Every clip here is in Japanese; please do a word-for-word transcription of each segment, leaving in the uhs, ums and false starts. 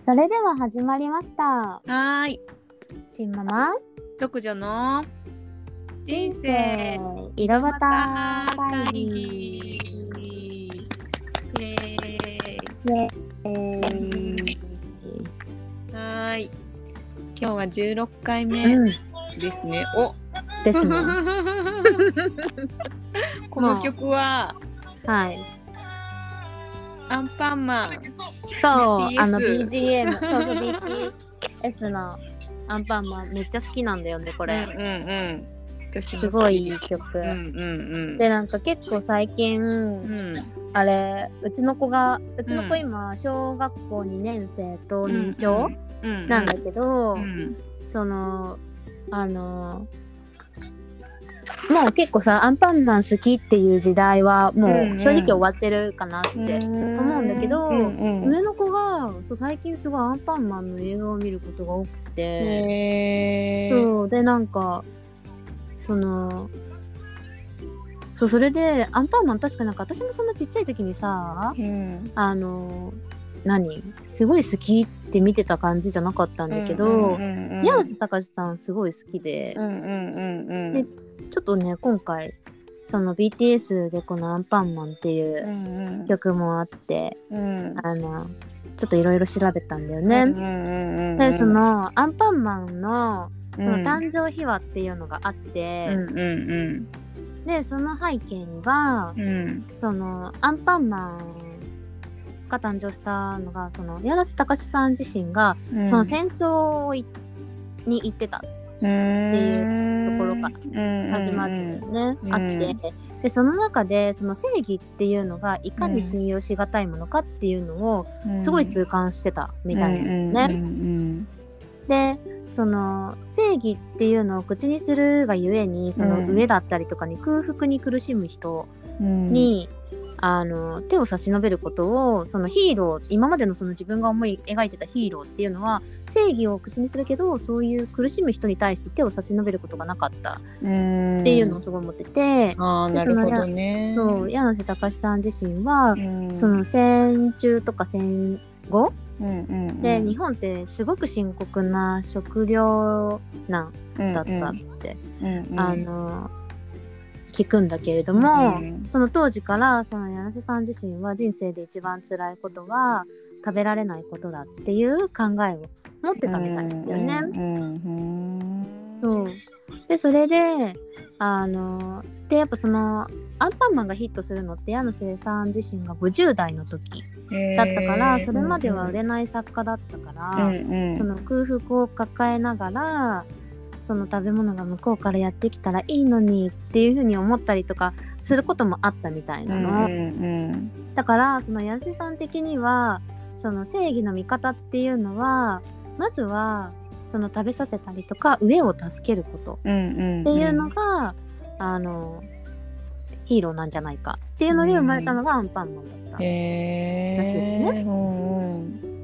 それでは始まりました。 はーい。 新ママ独女の人人生生色ま端た会会議。 議イエーイ。 イエーイ。 はーい。今日はじゅうろっかいめうんですね。お。 ですね。 この曲ははい。 アンパンマン。 そうビーティーエスあの ビージーエム そうそう ビーティーエス のアンパンマンめっちゃ好きなんだよねこれ。 うんうんうん。私もすごいいい曲。 うんうんうん。 でなんか結構最近、 うんあれうちの子がうちの子うん今小学校にねん生と年長うんうんなんだけど、 うんそのあのもう結構さアンパンマン好きっていう時代はもう正直終わってるかなって思うんだけど、 うんうん上の子がそう最近すごいアンパンマンの映画を見ることが多くて、 へー。 そうでなんかそのそうそれでアンパンマン確かなんか私もそんなちっちゃい時にさ、 うんあの何すごい好きって見てた感じじゃなかったんだけど、柳瀬隆さんすごい好きで、 うんうんうんうんでちょっとね今回その ビーティーエス でこのアンパンマンっていううん曲もあって、 うんあのちょっといろいろ調べたんだよね、 うんうんうんでそのアンパンマンのそのうん誕生秘話っていうのがあって、 うんうんでその背景には、 うんそのアンパンマンが誕生したのがその柳瀬隆さん自身が、 うんその戦争をいに行ってたっていうところから始まるんだよね、 うんあってでその中でその正義っていうのがいかに信用しがたいものかっていうのをすごい痛感してたみたいなんだよね、 うんうんでその正義っていうのを口にするがゆえにその上だったりとかに空腹に苦しむ人に、うん、あの手を差し伸べることをそのヒーロー今までのその自分が思い描いてたヒーローっていうのは正義を口にするけどそういう苦しむ人に対して手を差し伸べることがなかったっていうのをすごい思ってて、 うん、あーなるほどね。 そう柳瀬隆さん自身は、うん、その戦中とか戦後うんうんうん、で日本ってすごく深刻な食糧難だったって、うんうん、あの聞くんだけれども、うん、その当時からその柳瀬さん自身は人生で一番辛いことは食べられないことだっていう考えを持ってたみたいなんだよね、うんうんうん、そうでそれであのでやっぱそのアンパンマンがヒットするのって柳瀬さん自身がごじゅう代の時だったから、それまでは売れない作家だったから、うんうん、その空腹を抱えながらその食べ物が向こうからやってきたらいいのにっていう風に思ったりとかすることもあったみたいなの、うんうん、だからその柳瀬さん的にはその正義の味方っていうのはまずはその食べさせたりとか上を助けることっていうのが、うんうん、あのヒーローなんじゃないかっていうので生まれたのがアンパンマンだったらしいですね、うんうん、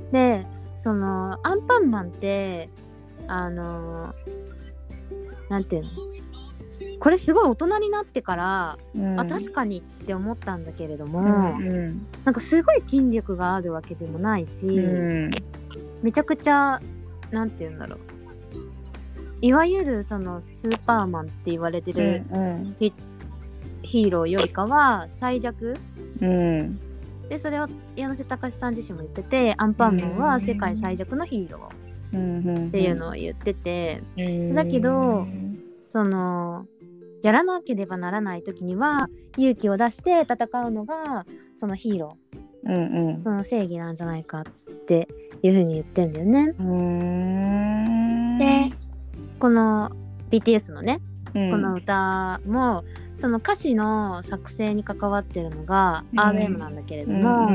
でそのアンパンマンってあのなんていうのこれすごい大人になってから、うん、あ確かにって思ったんだけれども、うんうん、なんかすごい筋力があるわけでもないし、うん、めちゃくちゃなんていうんだろういわゆるそのスーパーマンって言われてる、うんうんヒーローよりかは最弱、うん、でそれを柳瀬隆さん自身も言っててアンパンマンは世界最弱のヒーローっていうのを言ってて、うん、だけどそのやらなければならない時には勇気を出して戦うのがそのヒーロー、うんうん、その正義なんじゃないかっていう風に言ってんだよね、うん、でこの ビーティーエス のね、うん、この歌もその歌詞の作成に関わってるのが アールエム なんだけれども、うんうんうん、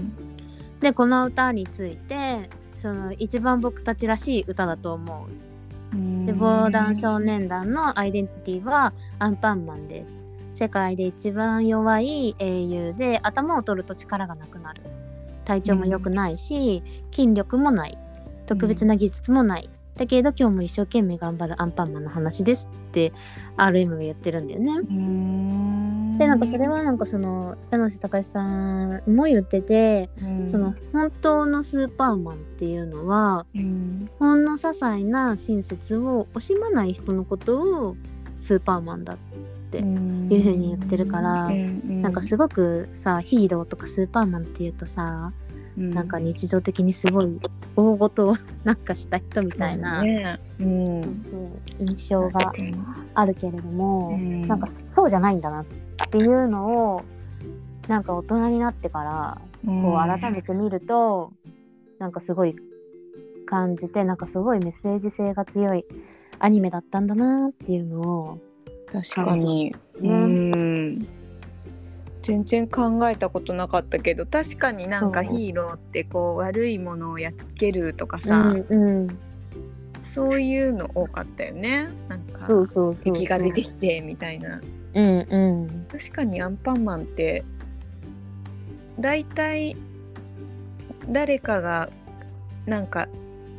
でこの歌についてその一番僕たちらしい歌だと思う、うん、で防弾少年団のアイデンティティはアンパンマンです。世界で一番弱い英雄で頭を取ると力がなくなる、体調も良くないし、うん、筋力もない、特別な技術もない、だけど今日も一生懸命頑張るアンパンマンの話ですって アールエム が言ってるんだよね。うーんでなんかそれはなんかその柳瀬隆さんも言ってて、その本当のスーパーマンっていうのは、ほんの些細な親切を惜しまない人のことをスーパーマンだっていう風に言ってるから、なんかすごくさヒーローとかスーパーマンっていうとさ、なんか日常的にすごい大事をなんかした人みたいな、ねうん、そう印象があるけれども、うん、なんかそうじゃないんだなっていうのをなんか大人になってからこう改めて見ると、うん、なんかすごい感じて、なんかすごいメッセージ性が強いアニメだったんだなっていうのを確かに、ね、うん全然考えたことなかったけど、確かになんかヒーローってこう悪いものをやっつけるとかさ、うんうん、そういうの多かったよね。なんか敵が出てきてみたいな、 うんうん、 確かにアンパンマンってだいたい誰かがなんか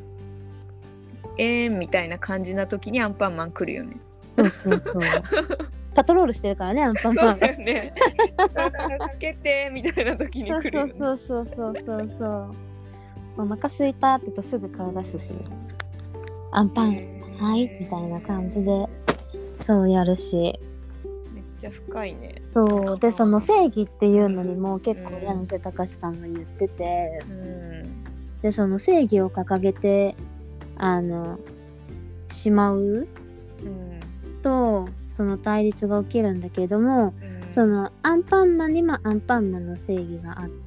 えーんみたいな感じな時にアンパンマン来るよね。 そうそうそうパトロールしてるからね、アンパンマンが。そうだよね。助けてみたいな時に来るよね。 そうそうそうそうそうそう。お腹すいたって言うとすぐ顔出すしね。アンパンはいみたいな感じでそうやるし。めっちゃ深いね。 そうでその正義っていうのにも結構柳瀬隆さんが言ってて、うん、でその正義を掲げてあのしまう、うん、と。その対立が起きるんだけれども、うん、そのアンパンマンにもアンパンマンの正義があって、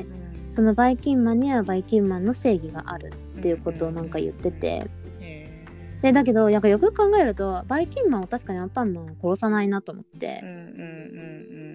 うん、そのバイキンマンにはバイキンマンの正義があるっていうことをなんか言ってて、うん、でだけどなんかよく考えるとバイキンマンは確かにアンパンマンを殺さないなと思って、うんうんうんうん、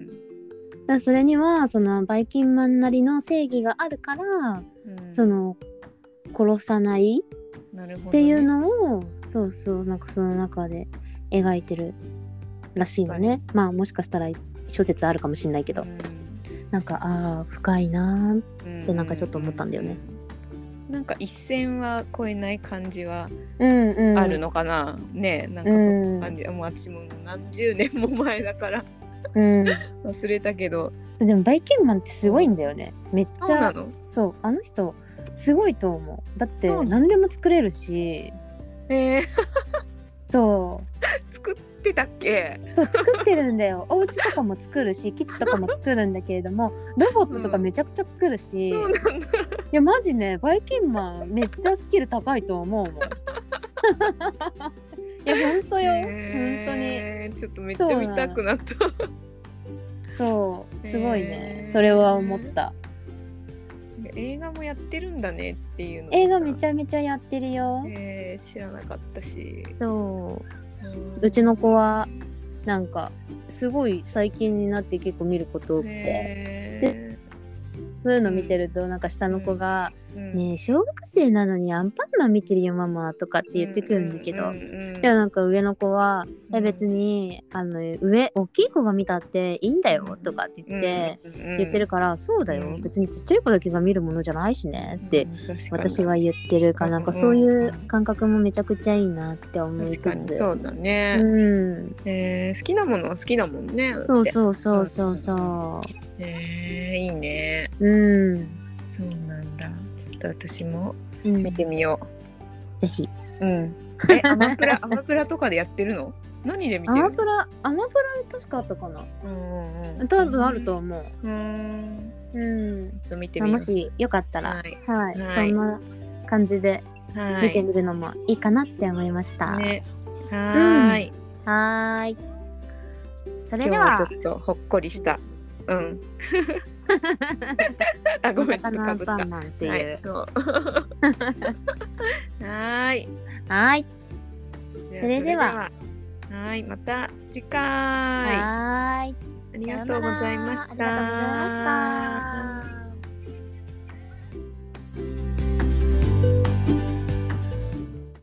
だからそれにはそのバイキンマンなりの正義があるから、うん、その殺さないっていうのを、ね、そうそうなんかその中で描いてるらしいのね。まあもしかしたら諸説あるかもしれないけど、うん、なんかああ深いなーってなんかちょっと思ったんだよね。 なんか一線は越えない感じはあるのかな、うんうん、ねえなんかそんな感じ、うん、もう私も何十年も前だから、うん、忘れたけどでもバイキンマンってすごいんだよね、うん、めっちゃそうなの？そうあの人すごいと思う。だって何でも作れるし、 えー、 そう作ってたっけ？ そう作ってるんだよ。お家とかも作るし基地とかも作るんだけれどもロボットとかめちゃくちゃ作るし、 うん、そうなんだ。いやマジねバイキンマンめっちゃスキル高いと思うもんいやほんとよ、 えー、本当にちょっとめっちゃ見たくなった。 そうすごいね、えー、それは思った。 映画もやってるんだねっていうの。 映画めちゃめちゃやってるよ。 えー、知らなかったし。 そううちの子はなんかすごい最近になって結構見ること多くて、でそういうの見てるとなんか下の子が、うん、ねえ小学生なのにアンパンマン見てるよママとかって言ってくるんだけど、うんうんうん、いやなんか上の子は、うん、いや別にあの上大きい子が見たっていいんだよとかって言って、うんうん、言ってるから、そうだよ別にちっちゃい子だけが見るものじゃないしねって、うん、私は言ってるから、なんかそういう感覚もめちゃくちゃいいなって思いつつ。 確かにそうだね、 うんえー、好きなものは好きだもんね。 そうそうそうそうそう。 えー、いいね。 うん。 そうなんだ。ちょっと私も見てみよう。 うん、ぜひ。 うん。え、アマプラアマプラとかでやってるの？何で見てるの？ アマプラアマプラ確かあったかな。うんうん。多分あると思う。うん。うん。 ちょっと見てみよう。 もしよかったら、はい、はいはい、そんな感じで見てみるのもいいかなって思いました。 ね、はい、 うん。はい。それでは今日はちょっとほっこりした。うん。あ、ごめん、ちょっとかぶった。 アンパンマンっていう。 はい。 はい。それでは。 はい、また次回。 はい。 ありがとうございました。 ありがとうございました。